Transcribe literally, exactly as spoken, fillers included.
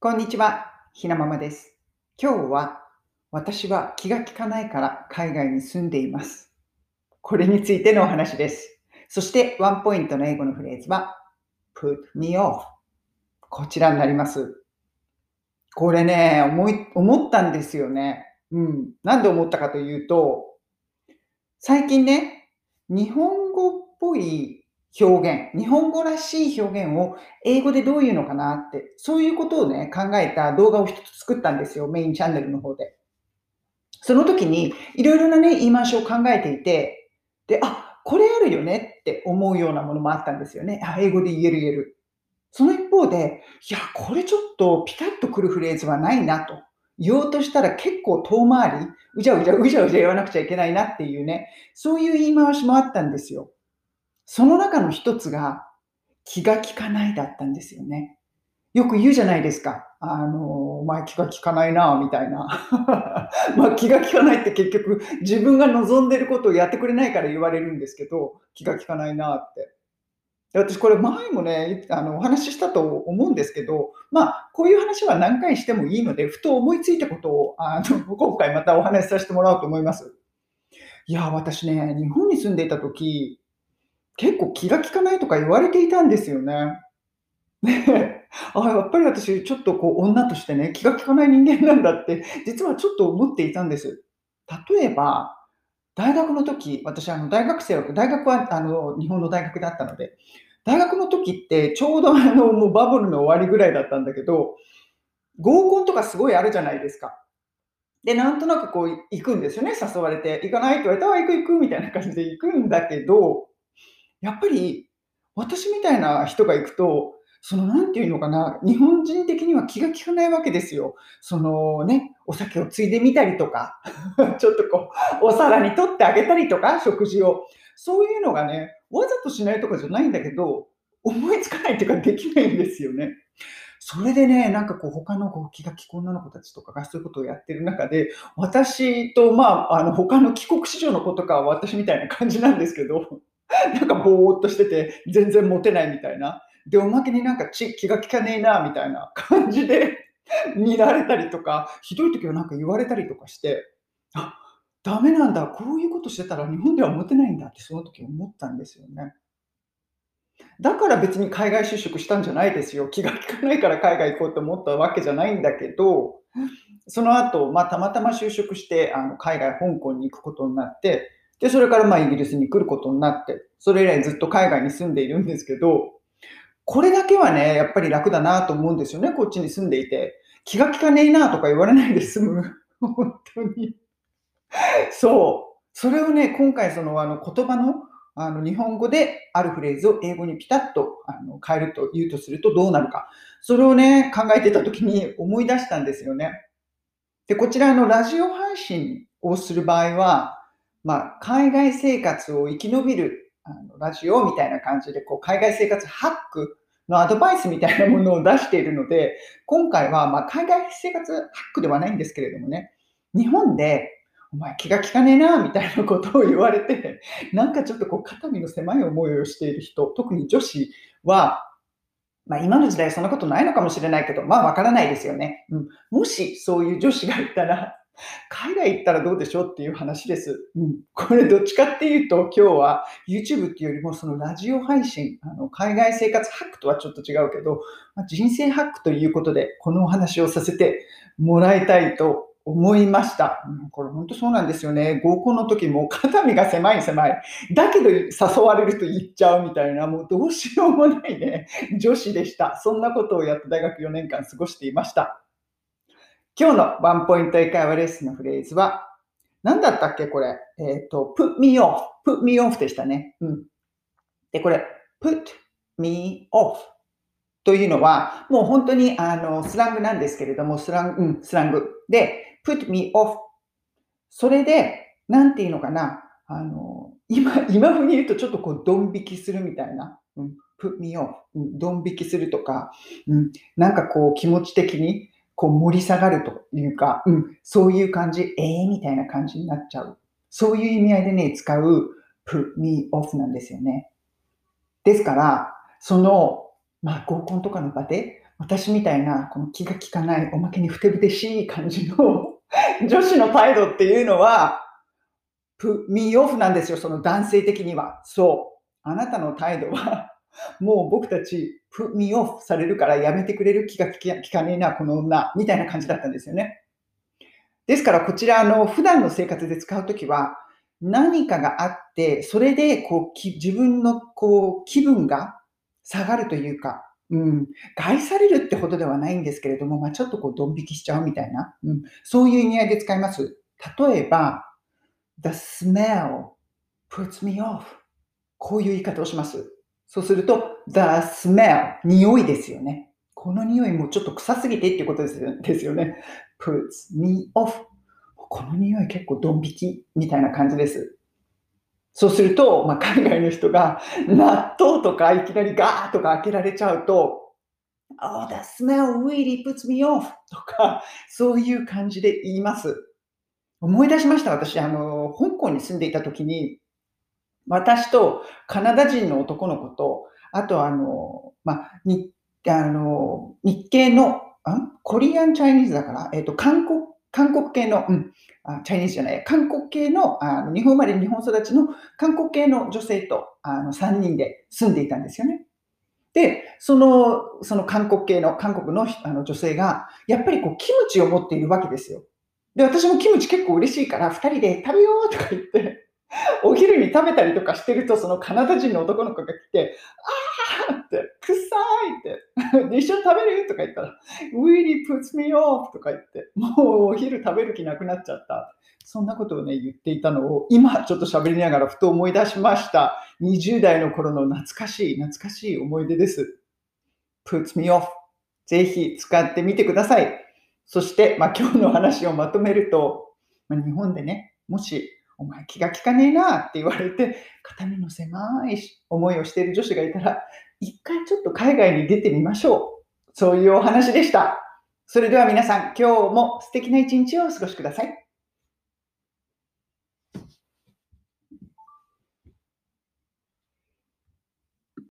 こんにちは、ひなままです。今日は私は気が利かないから海外に住んでいます。これについてのお話です。そしてワンポイントの英語のフレーズは put me off。こちらになります。これね、思い、思ったんですよね。うん。なんで思ったかというと、最近ね、日本語っぽい表現、日本語らしい表現を英語でどういうのかなって、そういうことをね、考えた動画を一つ作ったんですよ、メインチャンネルの方で。その時に、いろいろなね、言い回しを考えていて、で、あ、これあるよねって思うようなものもあったんですよね。あ、英語で言える言える。その一方で、いや、これちょっとピタッとくるフレーズはないなと。言おうとしたら結構遠回り、うじゃうじゃうじゃうじゃ言わなくちゃいけないなっていうね、そういう言い回しもあったんですよ。その中の一つが、気が利かないだったんですよね。よく言うじゃないですか。あの、お前気が利かないな、みたいな。まあ気が利かないって結局自分が望んでることをやってくれないから言われるんですけど、気が利かないなって。で、私これ前もね、あの、お話ししたと思うんですけど、まあ、こういう話は何回してもいいので、ふと思いついたことを、あの、今回またお話しさせてもらおうと思います。いや、私ね、日本に住んでいた時、結構気が利かないとか言われていたんですよね。ね、あ、やっぱり私ちょっとこう女としてね、気が利かない人間なんだって、実はちょっと思っていたんです。例えば、大学の時、私あの大学生大学はあの日本の大学だったので、大学の時ってちょうどあのもうバブルの終わりぐらいだったんだけど、合コンとかすごいあるじゃないですか。で、なんとなくこう行くんですよね、誘われて。行かないって言われたら、あ、行く行くみたいな感じで行くんだけど、やっぱり、私みたいな人が行くと、そのなんていうのかな、日本人的には気が利かないわけですよ。そのね、お酒をついでみたりとか、ちょっとこう、お皿に取ってあげたりとか、食事を。そういうのがね、わざとしないとかじゃないんだけど、思いつかないっていうかできないんですよね。それでね、なんかこう他のこう気が利く女の子たちとかがそういうことをやってる中で、私とまあ、あの他の帰国子女の子とかは私みたいな感じなんですけど、なんかぼーっとしてて、全然モテないみたいな。で、おまけになんかち気が利かねえなみたいな感じで見られたりとか、ひどい時はなんか言われたりとかして、あ、ダメなんだ、こういうことしてたら日本ではモテないんだってその時思ったんですよね。だから別に海外就職したんじゃないですよ。気が利かないから海外行こうと思ったわけじゃないんだけど、その後、まあ、たまたま就職して、あの、海外、香港に行くことになって、で、それからまあイギリスに来ることになって、それ以来ずっと海外に住んでいるんですけど、これだけはね、やっぱり楽だなと思うんですよね、こっちに住んでいて。気が利かねえなとか言われないで済む。本当に。そう。それをね、今回その、あの、言葉の、あの、日本語であるフレーズを英語にピタッと、あの、変えると言うとするとどうなるか。それをね、考えてた時に思い出したんですよね。で、こちらのラジオ配信をする場合は、まあ、海外生活を生き延びるあのラジオみたいな感じで、こう海外生活ハックのアドバイスみたいなものを出しているので、今回は、まあ、海外生活ハックではないんですけれどもね、日本で、お前気が利かねえな、みたいなことを言われて、なんかちょっとこう肩身の狭い思いをしている人、特に女子は、まあ、今の時代そんなことないのかもしれないけど、まあ、わからないですよね。うん。もしそういう女子がいたら、海外行ったらどうでしょうっていう話です。うん。これどっちかっていうと、今日は YouTube っていうよりもそのラジオ配信、あの、海外生活ハックとはちょっと違うけど、まあ、人生ハックということで、このお話をさせてもらいたいと思いました。うん、これ本当そうなんですよね。合コンの時も肩身が狭い狭い。だけど誘われると言っちゃうみたいな、もうどうしようもないね、女子でした。そんなことをやって大学よねんかん過ごしていました。今日のワンポイント英会話レッスンのフレーズは、何だったっけこれ。えっ、と、put me off, put me off でしたね。うん。で、これ、put me off というのは、もう本当にあのスラングなんですけれども、スラング、うん、スラング。で、put me off。それで、なんていうのかな、あの、今、今風に言うとちょっとこう、ドン引きするみたいな。うん、put me off。うん、ドン引きするとか、うん、なんかこう、気持ち的に、こう、盛り下がるというか、うん、そういう感じ、ええー、みたいな感じになっちゃう。そういう意味合いでね、使う put me off なんですよね。ですから、その、まあ、合コンとかの場で、 私みたいな、この気が利かない、おまけにふてぶてしい感じの女子の態度っていうのは、プミーオフなんですよ、その男性的には。そう。あなたの態度は、もう僕たち、プミーオフされるからやめてくれる気が利か利かねえな、この女、みたいな感じだったんですよね。ですからこちら、あの、普段の生活で使うときは、何かがあって、それでこう、き自分のこう、気分が下がるというか、うん、害されるってほどではないんですけれども、まあ、ちょっとこうドン引きしちゃうみたいな、うん、そういう意味合いで使います。例えば、The smell puts me off. こういう言い方をします。そうすると、the smell、匂いですよね。この匂いもちょっと臭すぎてっていうことですよですよね。puts me off。この匂い結構ドン引きみたいな感じです。そうすると、まあ、海外の人が納豆とかいきなりガーとか開けられちゃうと、Oh, the smell really puts me off とか、そういう感じで言います。思い出しました。私、あの、香港に住んでいた時に、私とカナダ人の男の子と、あとあの、まあ、にあの、日系の、んコリアンチャイニーズだから、えっと、韓国韓国系の、うん、あ、チャイニーズじゃない、韓国系の、あの、日本生まれ日本育ちの韓国系の女性と、あの、さんにんで住んでいたんですよね。で、そのその韓国系の韓国のあの女性が、やっぱりこうキムチを持っているわけですよ。で、私もキムチ結構嬉しいから、ふたりで食べようとか言ってお昼に食べたりとかしてると、そのカナダ人の男の子が来て、あーって、臭いって、一緒に食べるとか言ったら、really puts me off とか言って、もうお昼食べる気なくなっちゃった。そんなことをね、言っていたのを、今ちょっと喋りながらふと思い出しました。にじゅう代の頃の懐かしい、懐かしい思い出です。puts me off。ぜひ使ってみてください。そして、まあ、今日の話をまとめると、まあ、日本でね、もし、お前気が利かねえなって言われて、肩身の狭い思いをしている女子がいたら、一回ちょっと海外に出てみましょう。そういうお話でした。それでは皆さん、今日も素敵な一日をお過ごしください。